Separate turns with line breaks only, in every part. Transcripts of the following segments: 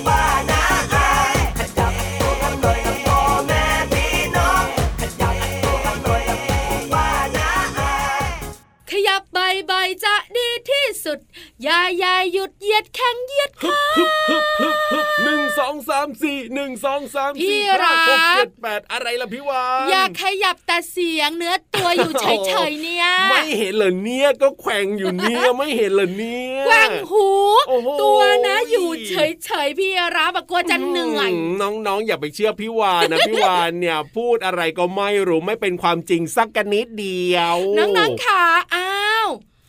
ป้าน้าอาขยับตัวกันหน่อยนะพ่อแม่พี่น้องขยับตัวกันหน่อยนะป้าน้าอา
ขยับบ่อยๆจะดีที่สุดอย่าหยุดเหยียดแข้งเหยียดขา
1 2 3 4 1 2 3 4 5 6 7 8อะไรล่ะพี่วาน
อย่าขยับแต่เสียงเนื้อตัวอยู่เฉยๆเนี่ย
ไม่เห็นเหรอเนี่ยก็แขว่งอยู่เนี่ยไม่เห็นเหรอเนี่ย
แกว่งหูตัวนะอยู่เฉยๆพี่รับกลัวจะเหนื่อย
น้องๆอย่าไปเชื่อพี่วานนะพี่วานเนี่ยพูดอะไรก็ไม่รู้ไม่เป็นความจริงสักนิดเดียว
น้องๆค่ะอ้าว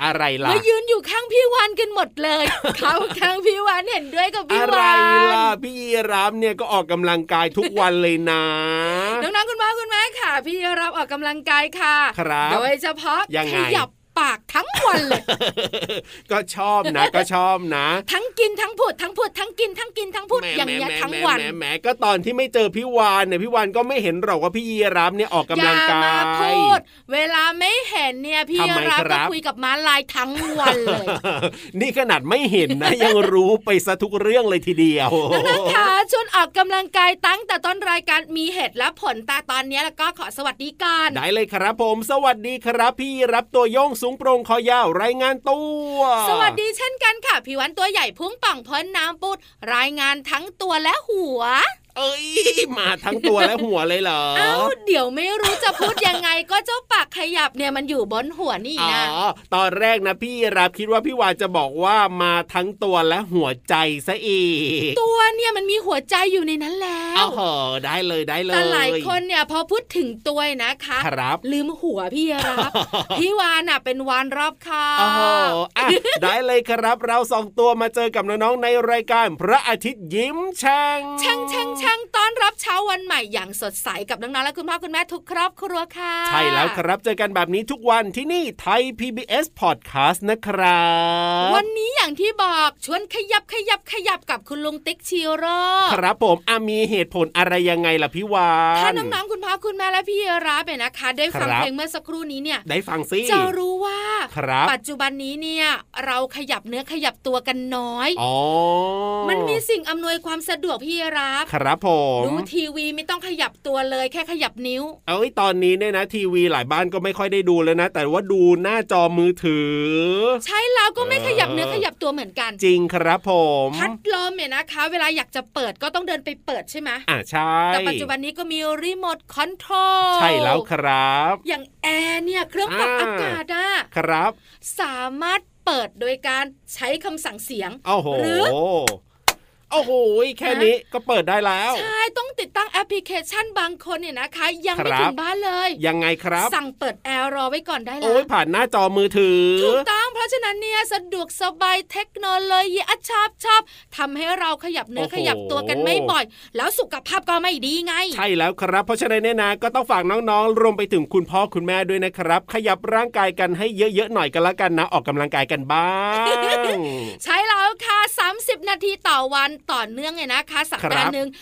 อะไรล่ะ
มายืนอยู่ข้างพี่วานกันหมดเลยเขาข้างพี่วานเห็นด้วยกับพี่วาน
อะไรล่ะพี่รับเนี่ยก็ออกกำลังกายทุกวันเลยนะ
น้องๆคุณพ่อคุณแม่ค่ะพี่รับออกกำลังกายค่ะโดยเฉพาะขยับปากทั้งวันเลย
ก็ชอบนะก็ชอบนะ
ทั้งกินทั้งพูดทั้งพูดทั้งกินทั้งกินทั้งพูดอย่างเงี้ยทั้งวัน
แหมก็ตอนที่ไม่เจอพี่วานเนี่ยพี่วานก็ไม่เห็นหรอกว่าพี่ยีรับเนี่ยออกกำลังกาย
อย่ามาพูดเวลาไม่เห็นเนี่ยพี่ยีรับก็คุยกับม้าลายทั้งวันเลย
นี่ขนาดไม่เห็นนะยังรู้ไปซะทุกเรื่องเลยทีเดียว
นะคะชวนออกกำลังกายตั้งแต่ต้นรายการมีเหตุและผลแต่ตอนนี้แล้วก็ขอสวัสดีกัน
ได้เลยครับผมสวัสดีครับพี่รับตัวโยงสูงโปร่งคอยาวรายงานตัว
สวัสดีเช่นกันค่ะพี่วันตัวใหญ่พุ่งป่องพ้นน้ำปุดรายงานทั้งตัวและหัว
เอ้ยมาทั้งตัวและหัวเลยเหรอ
เดี๋ยวไม่รู้จะพูดยังไงก็เจ้าปากขยับเนี่ยมันอยู่บนหัวนี่นะ
ตอนแรกนะพี่รับคิดว่าพี่วานจะบอกว่ามาทั้งตัวและหัวใจซะอีก
ตัวเนี่ยมันมีหัวใจอยู่ในนั้นแล้ว
ได้เลยได้เลย
แต่หลายคนเนี่ยพอพูดถึงตัวนะคะ
ครับ
ลืมหัวพี่รับพี่วานน่ะเป็นวานรอบค่
ะได้เลยครับเราสองตัวมาเจอกับน้องๆในรายการพระอาทิตย์ยิ้มช่าง
ต้อนรับเช้าวันใหม่อย่างสดใสกับน้องๆและคุณพ่อคุณแม่ทุกครอบครัวค่ะ
ใช่แล้วครับเจอกันแบบนี้ทุกวันที่นี่ไทย PBS Podcast นะครับ
วันนี้อย่างที่บอกชวนขยับกับคุณลุงติ๊กชิโร่
ครับผมมีเหตุผลอะไรยังไงล่ะพี่วาน
ถ้าน้องๆคุณพ่อคุณแม่และพี่รับเนี่ยนะคะได้ฟังเพลงเมื่อสักครู่นี้เนี่ย
ได้ฟังสิ
จะรู้ว่าปัจจุบันนี้เนี่ยเราขยับเนื้อขยับตัวกันน้อยมันมีสิ่งอำนวยความสะดวกพี่รับ
ครับผม
ดูทีวีไม่ต้องขยับตัวเลยแค่ขยับนิ้ว
ตอนนี้เนี่ยนะทีวีหลายบ้านก็ไม่ค่อยได้ดูเลยนะแต่ว่าดูหน้าจอมือถือ
ใช่แล้วก็ไม่ขยับเนื้อขยับตัวเหมือนกัน
จริงครับผม
พัดลมเนี่ยนะคะเวลาอยากจะเปิดก็ต้องเดินไปเปิดใช่ไหม
ใช่
แต่ปัจจุบันนี้ก็มีรีโมทคอนโทรล
ใช่แล้วครับ
อย่างแอร์เนี่ยเครื่องปรับอากาศ
ครับ
สามารถเปิดโดยการใช้คำสั่งเสียง
หรือโอ้โหแค่นี้ก็เปิดได้แล้ว
ใช่ต้องติดตั้งแอปพลิเคชันบางคนเนี่ยนะคะยังไม่ถึงบ้านเลย
ยังไงครับ
สั่งเปิดแอร์รอไว้ก่อนได้
แล้วผ่านหน้าจอมือถือ
ถูกต้องเพราะฉะนั้นเนี่ยสะดวกสบายเทคโนโลยีชอบทำให้เราขยับเนื้อขยับตัวกันไม่บ่อยแล้วสุขภาพก็ไม่ดีไง
ใช่แล้วครับเพราะฉะนั้นเนี่ยนะก็ต้องฝากน้องๆรวมไปถึงคุณพ่อคุณแม่ด้วยนะครับขยับร่างกายกันให้เยอะๆหน่อยกันละกันนะออกกำลังกายกันบ้าง
ใช่แล้วค่ะ30นาทีต่อวันต่อเนื่องเลยนะคะสัปดาห์นึง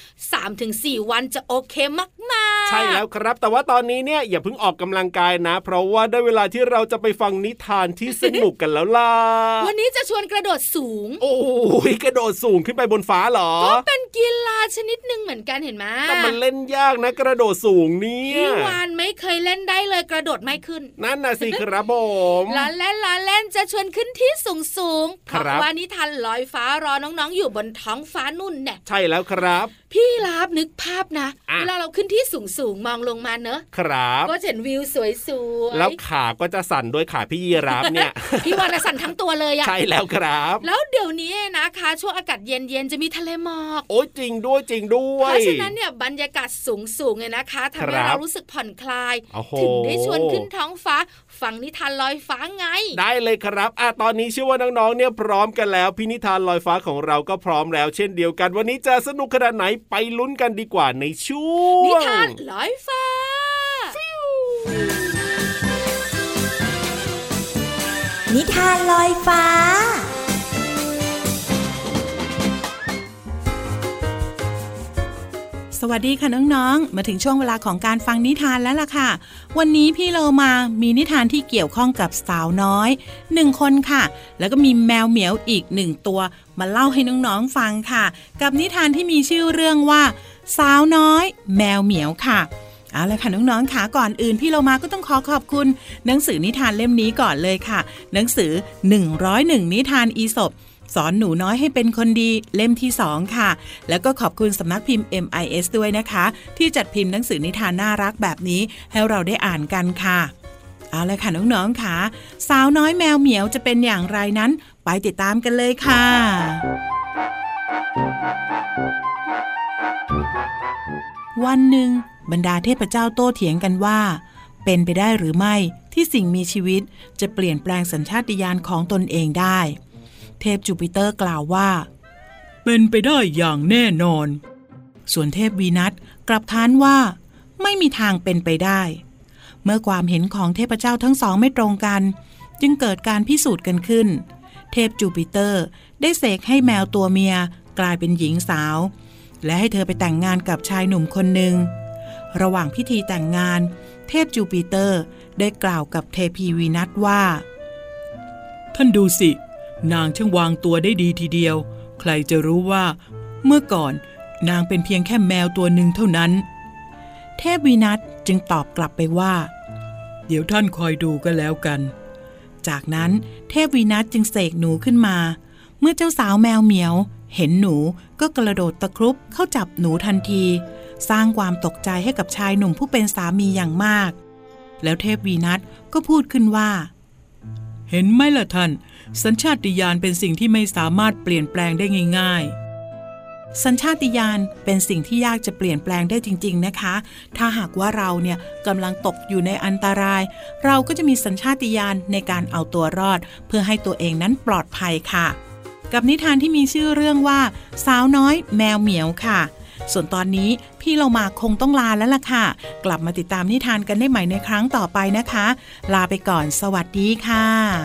3-4 วันจะโอเคมาก
ๆใช่แล้วครับแต่ว่าตอนนี้เนี่ยอย่าเพิ่งออกกำลังกายนะเพราะว่าได้เวลาที่เราจะไปฟังนิทานที่สนุกกันแล้วล่ะ
วันนี้จะชวนกระโดดสูง
โอ้ยกระโดดสูงขึ้นไปบนฟ้าเหรอ
ก็เป็นกีฬาชนิดนึงเหมือนกันเห็นไหม
แต่มันเล่นยากนะกระโดดสูงเนี่ย
พี่วานไม่เคยเล่นได้เลยกระโดดไม่ขึ้น
นั่นน่ะสิครับผม
ล้อเล่นจะชวนขึ้นที่สูงเพราะว่านิทานลอยฟ้ารอน้องๆอยู่บนท้องฟ้านุ่นเนี่ย
ใช่แล้วครับ
พี่ลาบนึกภาพนะเวลาเราขึ้นที่สูงมองลงมาเนอะ
ครับ
ก็เห็นวิวสวย
ๆแล้วขาก็จะสั่นด้วยขาพี่ยีราฟเนี่ย
พี่วานสั่นทั้งตัวเลยอะ
ใช่แล้วครับ
แล้วเดี๋ยวนี้นะคะช่วงอากาศเย็นๆจะมีทะเลหมอก
โอ้ยจริงด้วย
เพราะฉะนั้นเนี่ยบรรยากาศสูงเนี่ยนะคะทำให้เรารู้สึกผ่อนคลายถึงได้ชวนขึ้นท้องฟ้าฟังนิทานลอยฟ้าไง
ได้เลยครับตอนนี้เชื่อว่าน้องๆเนี่ยพร้อมกันแล้วพี่นิทานลอยฟ้าของเราก็พร้อมแล้วเช่นเดียวกันวันนี้จะสนุกขนาดไหนไปลุ้นกันดีกว่าในช่วง
นิทานลอยฟ้า
นิทานลอยฟ้า
สวัสดีค่ะน้องๆมาถึงช่วงเวลาของการฟังนิทานแล้วล่ะค่ะวันนี้พี่โลมามีนิทานที่เกี่ยวข้องกับสาวน้อย1คนค่ะแล้วก็มีแมวเหมียวอีก1ตัวมาเล่าให้น้องๆฟังค่ะกับนิทานที่มีชื่อเรื่องว่าสาวน้อยแมวเหมียวค่ะเอาละค่ะน้องๆค่ะก่อนอื่นพี่โลมาก็ต้องขอบคุณหนังสือนิทานเล่มนี้ก่อนเลยค่ะหนังสือ101นิทานอีสปสอนหนูน้อยให้เป็นคนดีเล่มที่2ค่ะแล้วก็ขอบคุณสำนักพิมพ์ MIS ด้วยนะคะที่จัดพิมพ์หนังสือนิทานน่ารักแบบนี้ให้เราได้อ่านกันค่ะเอาละค่ะน้องๆค่ะสาวน้อยแมวเหมียวจะเป็นอย่างไรนั้นไปติดตามกันเลยค่ะวันหนึ่งบรรดาเทพเจ้าโต้เถียงกันว่าเป็นไปได้หรือไม่ที่สิ่งมีชีวิตจะเปลี่ยนแปลงสัญชาตญาณของตนเองได้เทพจูปิเตอร์กล่าวว่าเป็นไปได้อย่างแน่นอนส่วนเทพวีนัสกลับค้านว่าไม่มีทางเป็นไปได้เมื่อความเห็นของเทพเจ้าทั้งสองไม่ตรงกันจึงเกิดการพิสูจน์กันขึ้นเทพจูปิเตอร์ได้เสกให้แมวตัวเมียกลายเป็นหญิงสาวและให้เธอไปแต่งงานกับชายหนุ่มคนหนึ่งระหว่างพิธีแต่งงานเทพจูปิเตอร์ได้กล่าวกับเทพีวีนัสว่าท่านดูสินางช่างวางตัวได้ดีทีเดียวใครจะรู้ว่าเมื่อก่อนนางเป็นเพียงแค่แมวตัวหนึ่งเท่านั้นเทพวีนัสจึงตอบกลับไปว่าเดี๋ยวท่านคอยดูก็แล้วกันจากนั้นเทพวีนัสจึงเสกหนูขึ้นมาเมื่อเจ้าสาวแมวเหมียวเห็นหนูก็กระโดดตะครุบเข้าจับหนูทันทีสร้างความตกใจให้กับชายหนุ่มผู้เป็นสามีอย่างมากแล้วเทพวีนัสก็พูดขึ้นว่าเห็นไหมล่ะท่านสัญชาตญาณเป็นสิ่งที่ไม่สามารถเปลี่ยนแปลงได้ง่ายๆสัญชาตญาณเป็นสิ่งที่ยากจะเปลี่ยนแปลงได้จริงๆนะคะถ้าหากว่าเราเนี่ยกำลังตกอยู่ในอันตรายเราก็จะมีสัญชาตญาณในการเอาตัวรอดเพื่อให้ตัวเองนั้นปลอดภัยค่ะกับนิทานที่มีชื่อเรื่องว่าสาวน้อยแมวเหมียวค่ะส่วนตอนนี้พี่เรามาคงต้องลาแล้วล่ะค่ะกลับมาติดตามนิทานกันได้ใหม่ในครั้งต่อไปนะคะลาไปก่อนสวัสดีค่ะ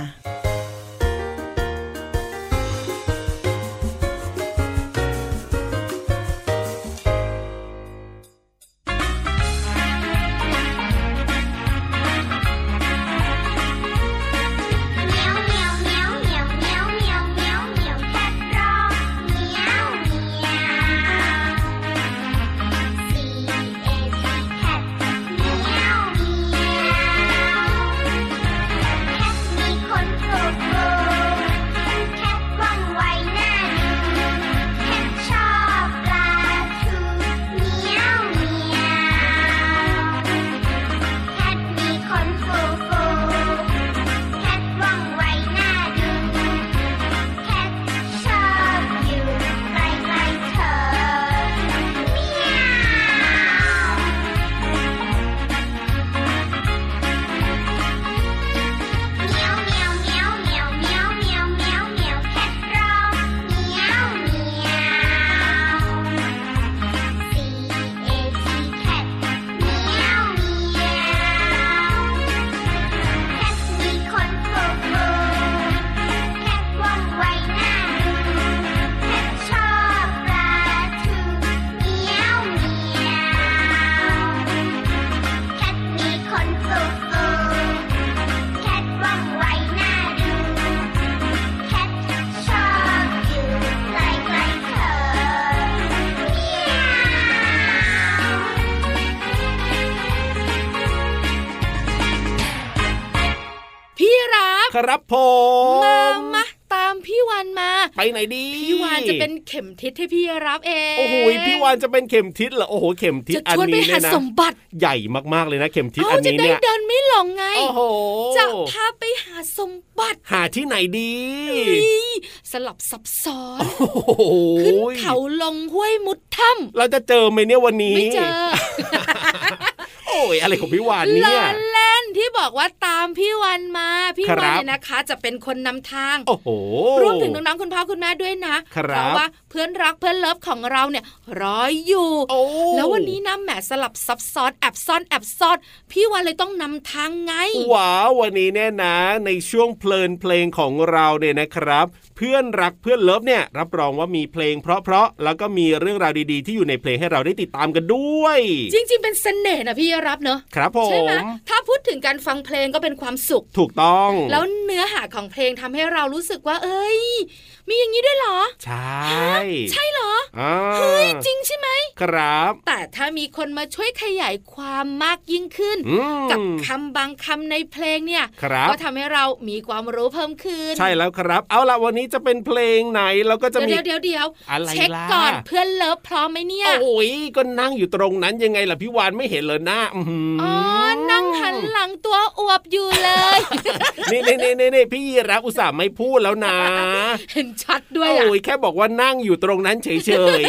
ครับผม
มาตามพี่วันมา
ไปไหนดี
พี่วานจะเป็นเข็มทิศให้พี่รับเอง
โอ้โหพี่วานจะเป็นเข็มทิศเหรอโอ้โหเข็มทิศอันนี้เนี่ยนะใหญ่มากๆเลยนะเข็มทิศอันนี้เนี่ย
จะได้เดินไม่หลงไง
โอ้โห
จะพาไปหาสมบัติ
หาที่ไหนดี
สลับซับซ้อนขึ้นเขาลงห้วยมุดถ้ำ
เราจะเจอไหมเนี่ยวันนี้
ไม่เจอ
โอ้ยอะไรของพี่วานเนี่ย
เล่นที่บอกว่าตามพี่วันมาพี่วันเนี่ยนะคะจะเป็นคนนำทาง
โอ้โห
รวมถึงน้องๆคุณพ่อคุณแม่ด้วยนะเพราะว่าเพื่อนรักเพื่อนเลิฟของเราเนี่ยรออยู่แล้ววันนี้นะแหมสลับซับซ้อนแอบซ่อนพี่วันเลยต้องนำทางไง
ว้าววันนี้เนี่ยนะในช่วงเพลินเพลงของเราเนี่ยนะครับเพื่อนรักเพื่อนเลิฟเนี่ยรับรองว่ามีเพลงเพราะๆแล้วก็มีเรื่องราวดีๆที่อยู่ในเพลงให้เราได้ติดตามกันด้วย
จริงๆเป็นเสน่ห์นะพี่รับเนอะ
ครับผม
ใช่ไหมถ้าพูดถึงการฟังเพลงก็เป็นความสุข
ถูกต้อง
แล้วเนื้อหาของเพลงทำให้เรารู้สึกว่าเอ้ยมีอย่างนี้ด้วยเหรอ
ใช่
ใช่เหรอเฮ้ยจริงใช่ไหม
ครับ
แต่ถ้ามีคนมาช่วยขยายความมากยิ่งขึ้นกับคำบางคำในเพลงเนี่ยก็ทำให้เรามีความรู้เพิ่มขึ้น
ใช่แล้วครับเอาล่ะวันนี้จะเป็นเพลงไหนเราก็จะมี
เดี๋ยวเช็คก่อนเพื่อนเลิฟพร้อมไหมเนี่ย
โอ้ยก็นั่งอยู่ตรงนั้นยังไงล่ะพี่วานไม่เห็นเลยนะ
อ๋อนั่งหันหลังตัวอวบอยู่เลย
นี่พี่รับอุตส่าห์ไม่พูดแล้วนะ
เห็นชัดด้วย
โอ้ยแค่บอกว่านั่งอยู่ตรงนั้นเฉย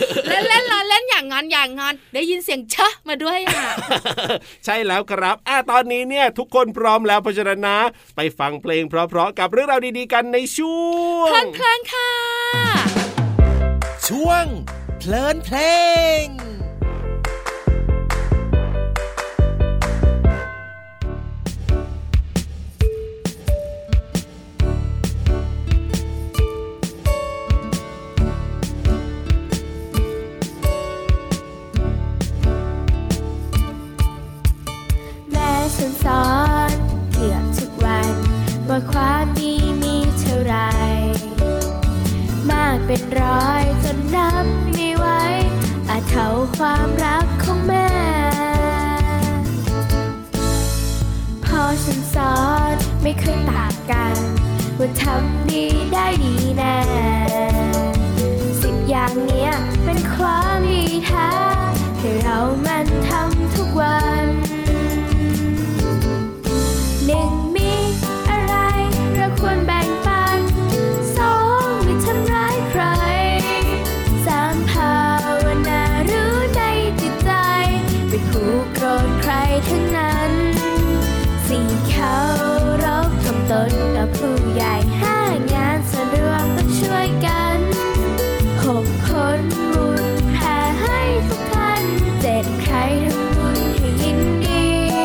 เล่นอย่างงอนได้ยินเสียงเชอะมาด้วยอ่ะ
ใช่แล้วครับตอนนี้เนี่ยทุกคนพร้อมแล้วเพราะฉะนั้นนะไปฟังเพลงเพราะๆกับเรื่องราวดีๆกันในช่วง
เพลินค่ะ
ช่วงเพลินเพลง
ฉันสอนเกือบทุกวันว่าความดีมีเท่าไรมากเป็นร้อยจนนับไม่ไหวอาจเท่าความรักของแม่พอฉันสอนไม่เคยต่างกันว่าทำดีได้ดีแน่10อย่างเนี้ยเป็นความดีแท้ให้เรามันทำทุกวัน1มีอะไรเราควรแบ่งปัน2ไม่ทำร้ายใคร3ภาวนารู้ในจิตใจไม่ผูกโกรธใครทั้งนั้น4เคารพถ่อมตนต่อผู้ใหญ่5งานส่วนรวมต้องช่วยกัน6ผลบุญแผ่ให้ทุกท่าน7ใครทำบุญให้ยินดี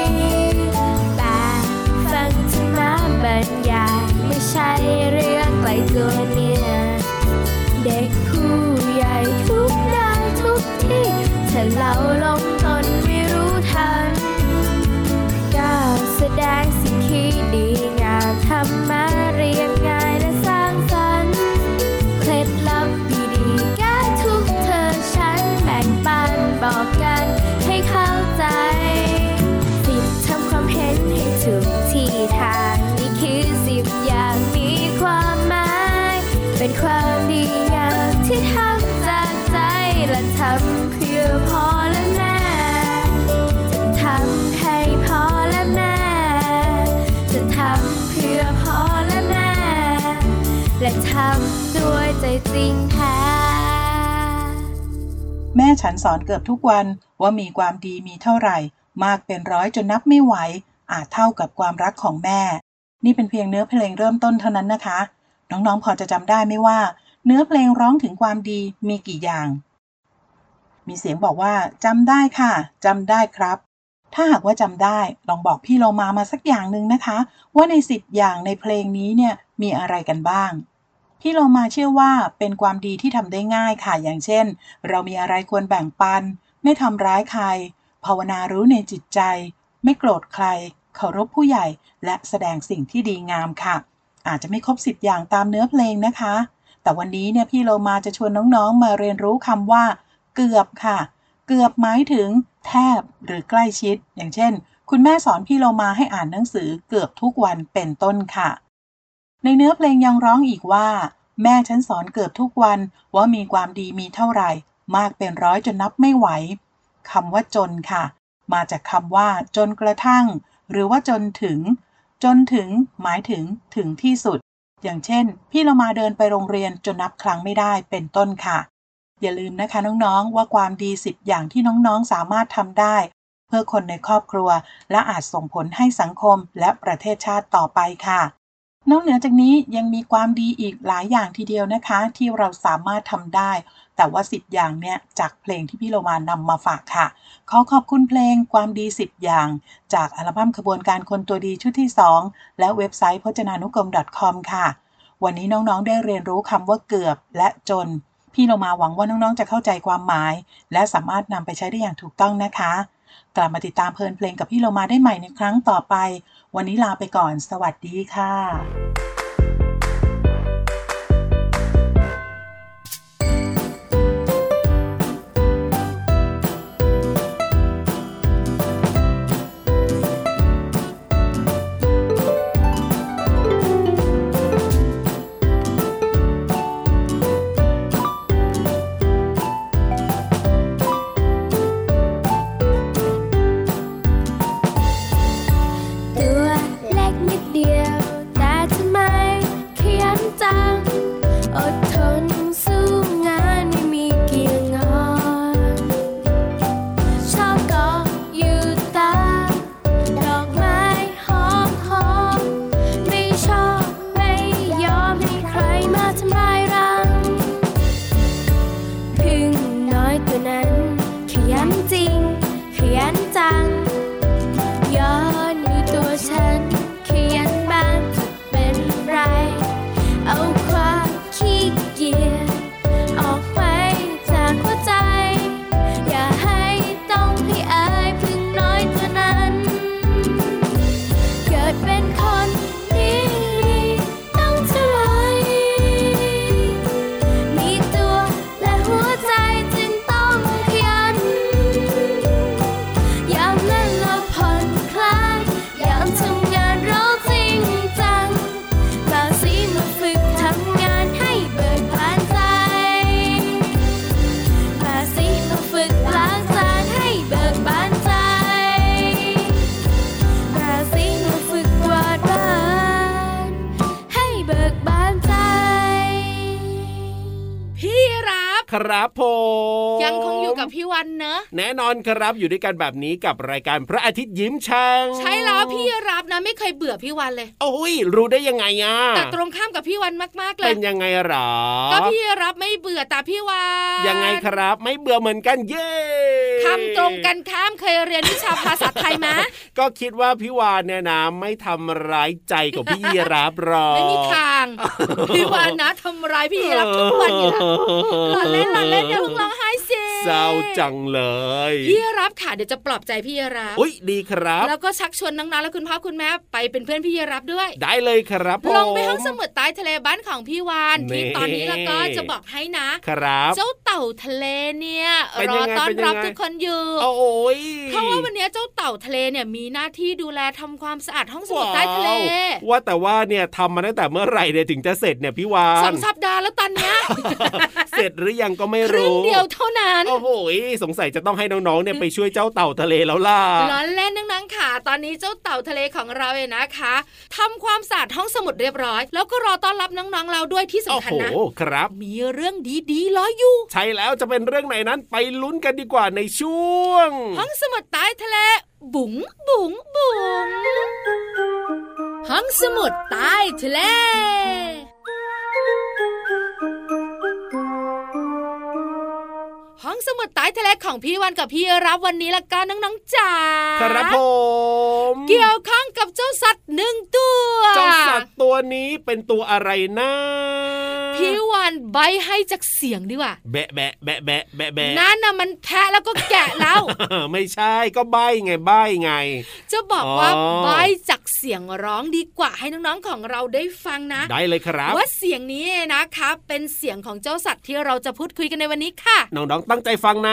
บรรยายไม่ใช่เรื่องไกลตัวเนี่ยเด็กผู้ใหญ่ทุกได้ทุกที่ถ้าเราลงตนไม่รู้ทันก้าวแสดงสิ่งที่ดีงามทำมาเรียบง่ายและสร้างสรรค์เคล็ดลับดีๆแก้ทุกเธอฉันแบ่งปันบอกกันให้เข้าใจ10ทำความเห็นให้ถูกที่ทางคือ10อย่างมีความหมายเป็นความดีงามที่ทำจากใจและทำเพื่อพ่อและแม่จะทำให้พ่อและแม่จะทำเพื่อพ่อและแม่และทำด้วยใจจริงแท้
แม่ฉันสอนเกือบทุกวันว่ามีความดีมีเท่าไหร่มากเป็นร้อยจนนับไม่ไหวอาจเท่ากับความรักของแม่นี่เป็นเพียงเนื้อเพลงเริ่มต้นเท่านั้นนะคะน้องๆพอจะจำได้ไหมว่าเนื้อเพลงร้องถึงความดีมีกี่อย่างมีเสียงบอกว่าจำได้ค่ะจำได้ครับถ้าหากว่าจำได้ลองบอกพี่โลมาสักอย่างนึงนะคะว่าใน10อย่างในเพลงนี้เนี่ยมีอะไรกันบ้างพี่โลมาเชื่อว่าเป็นความดีที่ทำได้ง่ายค่ะอย่างเช่นเรามีอะไรควรแบ่งปันไม่ทำร้ายใครภาวนารู้ในจิตใจไม่โกรธใครเคารพผู้ใหญ่และแสดงสิ่งที่ดีงามค่ะอาจจะไม่ครบ10อย่างตามเนื้อเพลงนะคะแต่วันนี้เนี่ยพี่โลมาจะชวนน้องๆมาเรียนรู้คำว่าเกือบค่ะเกือบหมายถึงแทบหรือใกล้ชิดอย่างเช่นคุณแม่สอนพี่โลมาให้อ่านหนังสือเกือบทุกวันเป็นต้นค่ะในเนื้อเพลงยังร้องอีกว่าแม่ฉันสอนเกือบทุกวันว่ามีความดีมีเท่าไหร่มากเป็นร้อยจนนับไม่ไหวคำว่าจนค่ะมาจากคำว่าจนกระทั่งหรือว่าจนถึงหมายถึงถึงที่สุดอย่างเช่นพี่เรามาเดินไปโรงเรียนจนนับครั้งไม่ได้เป็นต้นค่ะอย่าลืมนะคะน้องๆว่าความดี10อย่างที่น้องๆสามารถทำได้เพื่อคนในครอบครัวและอาจส่งผลให้สังคมและประเทศชาติต่อไปค่ะนอกเหนือจากนี้ยังมีความดีอีกหลายอย่างทีเดียวนะคะที่เราสามารถทำได้แต่ว่า10อย่างเนี่ยจากเพลงที่พี่โลมานำมาฝากค่ะขอบคุณเพลงความดี10อย่างจากอัลบั้มขบวนการคนตัวดีชุดที่2และเว็บไซต์พจนานุกรม .com ค่ะวันนี้น้องๆได้เรียนรู้คำว่าเกือบและจนพี่โลมาหวังว่าน้องๆจะเข้าใจความหมายและสามารถนำไปใช้ได้อย่างถูกต้องนะคะกลับมาติดตามเพลินเพลงกับพี่โลมาได้ใหม่ในครั้งต่อไปวันนี้ลาไปก่อนสวัสดีค่ะ
ตัวเล็กนิดเดียวแต่ทำไมยันจริงขยันจังย้อนดูตัวฉันขยันบ้างจะเป็นไรเอาความขี้เกียจออกไปจากหัวใจอย่าให้ต้องให้อายพึ่งน้อยเท่านั้นเกิดเป็นคนดีต้องเท่าไรมีตัวและหัวใจจึงต้องขยันยามเล่นแล้วผ่อนคลายยามทำงานเราจริงจังมาสิมาฝึกทำงานให้เบิกบานใจมาสิมาฝึกล้างจานให้เบิกบานใจมาสิมาฝึกกวาดบ้านให้เบิกบานใจ
พี่รับ
ครับผม
ยังคงอยู่กับพี่วันเนอะ
แน่นอนครับอยู่ด้วยกันแบบนี้กับรายการพระอาทิตย์ยิ้มช่าง
ใช่แล้วพี่รับนะไม่เคยเบื่อพี่วันเลย
โอ้ยรู้ได้ยังไงอ่ะ
แต่ตรงข้ามกับพี่วันมากๆเลย
เป็นยังไงหรอ
ก็พี่รับไม่เบื่อแต่พี่วัน
ยังไงครับไม่เบื่อเหมือนกันเย้
คำตรงกันข้ามเคยเรียนวิชาภาษาไทยไหม
ก็คิดว่าพี่วานเนี่ยนะไม่ทำร้ายใจกับพี่รับหรอก
ไม่มีทางพี่วานนะทำร้ายพี่รับทุกวันอยู่แล้วหล่อเล่นอย่าเพิ่งร้องไห้สิ
เศร้าจังเลย
พี่รับค่ะเดี๋ยวจะปลอบใจพี่รับ
อุ๊ยดีครับ
แล้วก็ชักชวนน้องๆและคุณพ่อคุณแม่ไปเป็นเพื่อนพี่รับด้วย
ได้เลยครับผม
ลงไปห้องสมุดใต้ทะเลบ้านของพี่วานที่ตอนนี้แล้วก็จะบอกให้นะครับเจ้าเต่าทะเลเนี่ยรอต้อนรับทุกคนอยู่
โอ้ย
เพราะว่าวันนี้เจ้าเต่าทะเลเนี่ยมีหน้าที่ดูแลทำความสะอาดห้องสมุดใต้ทะเล
ว่าแต่ว่าเนี่ยทำมาตั้งแต่เมื่อไหร่เนี่ยถึงจะเสร็จเนี่ยพี่วาน
2 สัปดาห์แล้วตอนเนี้ย
เสร็จหรือยังก็ไม่รู้
ครึ่งเดียวเท่านั้น
โอ้โหสงสัยจะต้องให้น้องๆเนี่ยไปช่วยเจ้าเต่าทะเลแล้วล่ะ
ล้อเล่นน้องๆค่ะตอนนี้เจ้าเต่าทะเลของเราเนี่ยนะคะทำความสะอาดห้องสมุดเรียบร้อยแล้วก็รอต้อนรับน้องๆเราด้วยที่สำคัญนะ
โอ้โหครับ
มีเรื่องดีๆรออยู่
ใช่แล้วจะเป็นเรื่องไหนนั้นไปลุ้นกันดีกว่าในช่วง
ห้องสมุดใต้ทะเลบุ๋งบุ๋งบุ๋งห้องสมุดใต้ทะเลห้องสมุดใต้ทะเลของพี่วันกับพี่รับวันนี้ละกันน้องๆจ๋า
ครับผม
เกี่ยวข้องกับเจ้าสัตว์1 ตัว
เจ้าสัตว์ตัวนี้เป็นตัวอะไรนะ
พี่วันใบให้จากเสียงดีกว่า
แบะแบะแบะแบะแบะแบะ
นั่นน่ะมันแพะแล้วก็แกะแล้ว
ไม่ใช่ก็ใบไงใบไง
จะบอกว่าใบจากเสียงร้องดีกว่าให้น้องๆของเราได้ฟังนะ
ได้เลยครับ
ว่าเสียงนี้นะคะเป็นเสียงของเจ้าสัตว์ที่เราจะพูดคุยกันในวันนี้ค่ะ
น้องๆตั้งใจฟังนะ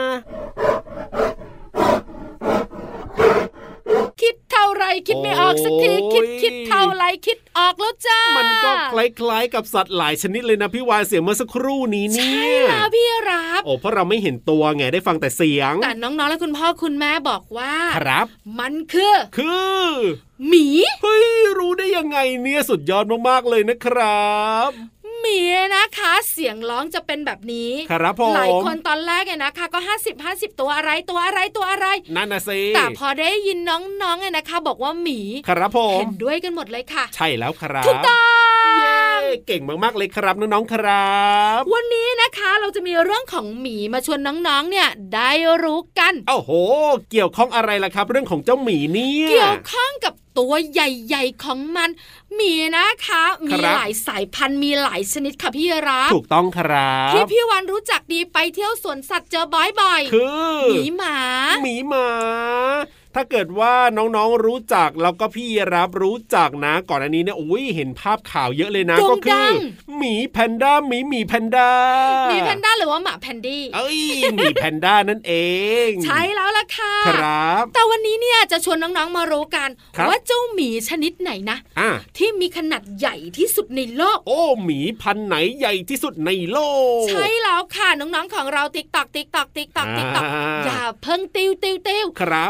คิดเท่าไรคิดไม่ออกสักทีคิดเท่าไรคิดออกแล้วจ้า
มันก็คล้ายๆกับสัตว์หลายชนิดเลยนะพี่วานเสียงเมื่อสักครู่นี้เนี่ย
ใช่แล้วพี่รับ
โอ้เพราะเราไม่เห็นตัวไงได้ฟังแต่เสียง
แต่น้องๆและคุณพ่อคุณแม่บอกว่า
ครับ
มันคือหมี
เฮ้ยรู้ได้ยังไงเนี่ยสุดยอดมากๆเลยนะครับ
หมีนะคะเสียงร้องจะเป็นแบบนี้
ครับผม
หลายคนตอนแรกเนี่ยนะคะก็50ตัวอะไร
นั่นน่ะสิ
แต่พอได้ยินน้องๆเนี่ยนะคะบอกว่าหมี
ครับผม
เห็นด้วยกันหมดเลยค่ะ
ใช่แล้วครับ
ถูกต้อง
เก่งมากๆเลยครับน้องๆครับ
วันนี้นะคะเราจะมีเรื่องของหมีมาชวนน้องๆเนี่ยได้รู้กัน
โอ้โหเกี่ยวข้องอะไรล่ะครับเรื่องของเจ้าหมีเนี่ย
เกี่ยวข้องกับตัวใหญ่ๆของมันมีนะคะมีหลายสายพันธุ์มีหลายชนิดค่ะพี่รับ
ถูกต้องครับ
ที่พี่วันรู้จักดีไปเที่ยวสวนสัตว์เจอบ่อย
ๆคือ
หมีหมา
ถ้าเกิดว่าน้องๆรู้จักแล้วก็พี่รับรู้จักนะก่อนอันนี้เนี่ยอุ้ยเห็นภาพข่าวเยอะเลยนะก็คือหมีแพนด้าหมีแพนด้า
หมีแพนด้าหรือว่าหมาแพนดี้
หมีแพนด้านั่นเอง
ใช่แล้วล่ะค่ะ
ครับ
แต่วันนี้เนี่ยจะชวนน้องๆมารู้กันว่าเจ้าหมีชนิดไหนนะที่มีขนาดใหญ่ที่สุดในโลก
โอ้หมีพันธุ์ไหนใหญ่ที่สุดในโลก
ใช่แล้วค่ะน้องๆของเราติ๊กตอกอย่าเพิ่งติ้ว
ครับ
มีตัว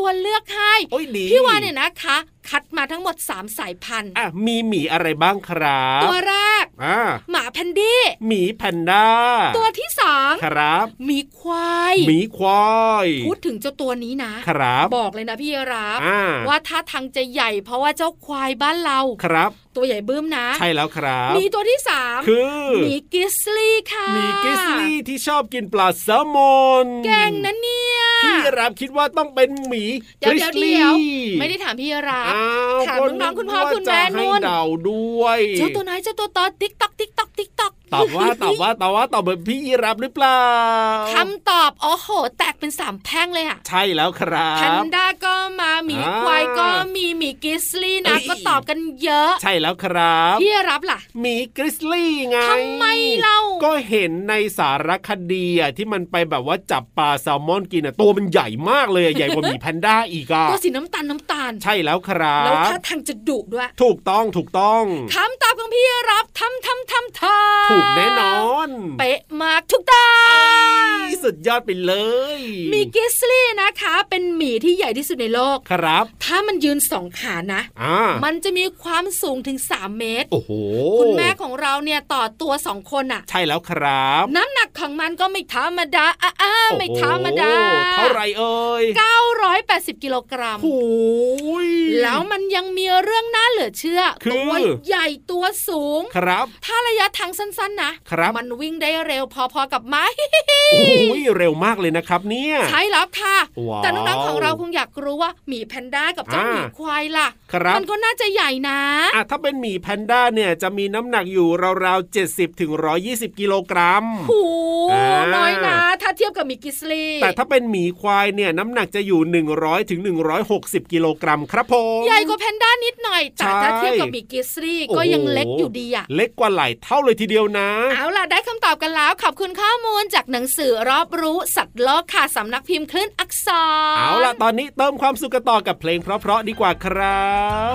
ตัวเลือกให้พี่วานเนี่ยนะคะคัดมาทั้งหมด3สายพันธุ์
มีหมีอะไรบ้างครับ
ตัวแรกหมาแพนดี้
หมีแพนด้า
ตัวที่2
ครับ
หมีควาย
หมีควาย
พูดถึงเจ้าตัวนี้นะครับบอกเลยนะพี่รับว่าท่าทางจะใหญ่เพราะว่าเจ้าควายบ้านเรา
ครับ
ตัวใหญ่บึ้มนะ
ใช่แล้วครับ
มีตัวที่3
คือ
หมีกริซลี่ค่ะ
หมีกริซลี่ที่ชอบกินปลาแซลมอน
เก่งนะเนี่ย
พี่รับคิดว่าต้องเป็นหมีกริซลี่
ไม่ได้ถามพี่รับถามน้องๆคุณพ่อคุณ
แม่
นู่น
เดาด้วย
เจ้าตัวไหนเจ้าตัวต่อติ๊กต๊อกติ๊กต๊อกติ๊กต๊อก
ตอบว่าตอบแบบพี่รับหรือเปล่า
คำตอบโอ้โหแตกเป็น3แพ่งเลยอ่ะ
ใช่แล้วครับ
แพนด้าก็มาหมีควายก็มีหมีกริซลี่นะก็ตอบกันเยอะ
ใช่แล้วครับ
พี่รับล่ะ
หมีกริซลี่ไง
ทำไมเล่า
ก็เห็นในสารคดีที่มันไปแบบว่าจับปลาแซลมอนกินตัวมันใหญ่มากเลยใหญ่กว่าหมีแพนด้าอีก
ตัวสีน้ำตาล
ใช่แล้วครับ
แล้วท่าทางจะดุด้วย
ถูกต้องค
ำตอบของพี่รับทำ
ถูกแน่นอน
เป๊ะมากถูกต้อง
สุดยอดไปเลย
มีกริซลี่นะคะเป็นหมีที่ใหญ่ที่สุดในโลก
ครับ
ถ้ามันยืน2ขานะมันจะมีความสูงถึง3เมตร
โอ้โห
คุณแม่ของเราเนี่ยต่อตัว2คนอ่ะ
ใช่แล้วครับ
น้ำหนักของมันก็ไม่ธรรมดาไม่ธรรมดา
เท่าไรเอ่ย
980 กิโลกรัม
โอ้ย
แล้วมันยังมีเรื่องน่าเหลือเชื่อตัวใหญ่ตัวสูง
ครับ
ถ้าระยะทางสั้นๆนะครับมันวิ่งได้เร็วพอๆกับม้า
โอ้ยเร็วมากเลยนะครับเนี่ย
ใช่แล้วค่ะแต่น้องๆของเราคงอยากรู้ว่าหมีแพนด้ากับเจ้าหมีควายล่ะมันก็น่าจะใหญ่นะ
ถ้าเป็นหมีแพนด้าเนี่ยจะมีน้ำหนักอยู่ราวๆ70 ถึง 120 กิโลกรัม
โอ้น้อยนะถ้าเทียบกับหมีกริซลี่
แต่ถ้าเป็นหมีควายเนี่ยน้ำหนักจะอยู่100 ถึง 160 กิโลกรัมครับผม
ใหญ่กว่าแพนด้านิดหน่อยแต่ถ้าเทียบกับหมีกริซลี่ก็ยังเล็กอยู่ดีอะ
เล็กกว่าหลายเท่าเลยทีเดียวนะ
เอาล่ะได้คำตอบกันแล้วขอบคุณข้อมูลจากหนังสือรอบรู้สัตว์โลกค่ะสำนักพิมพ์คลื่นอักษร
เอาล่ะตอนนี้เติมความสุขกันต่อกับเพลงเพราะๆดีกว่าครับ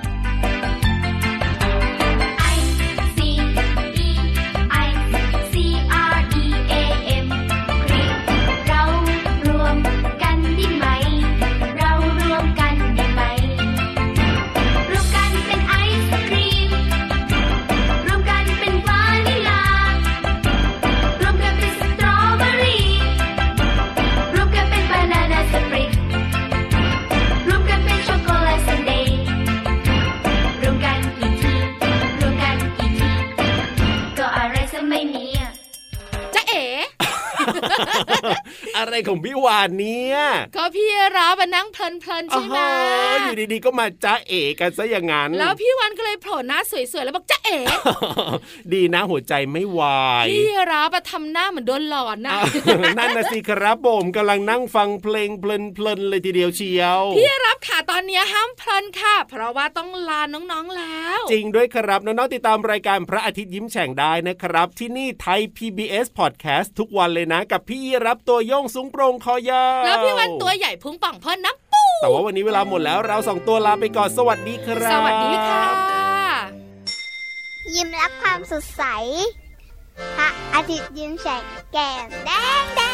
อะไรของพี่วานเนี่ย
ก็พี่รับมานั่งเพลินๆใช่ไหม
อยู่ดีๆก็มาจ๊ะเอ๋กันซะอย่างนั้น
แล้วพี่วานก็เลยโผล่หน้าสวยๆแล้วบอกจ๊ะเอ๋
ดีนะหัวใจไม่วาย
พี่รับมาทำหน้าเหมือนโดนหลอนนะ
นั่นนะสิครับผมกำลังนั่งฟังเพลงเพลินๆเลยทีเดียวเชียว
พี่รับค่ะตอนนี้ห้ามเพลินค่ะเพราะว่าต้องลาน้องๆแล้ว
จริงด้วยครับน้องๆติดตามรายการพระอาทิตย์ยิ้มแฉ่งได้นะครับที่นี่ไทย PBS Podcast ทุกวันเลยนะกับพี่รับตัวโยงสูงโปร่งคอยาว
แล้วพี่วันตัวใหญ่พุงป่องพ่นน้ำปู
แต่ว่าวันนี้เวลาหมดแล้วเรา2ตัวลาไปก่อนสวัสดีครับ
สวัสดีค่ะ
ยิ้มรับความสดใสพระอาทิตย์ยิ้มแฉกแก้มแดง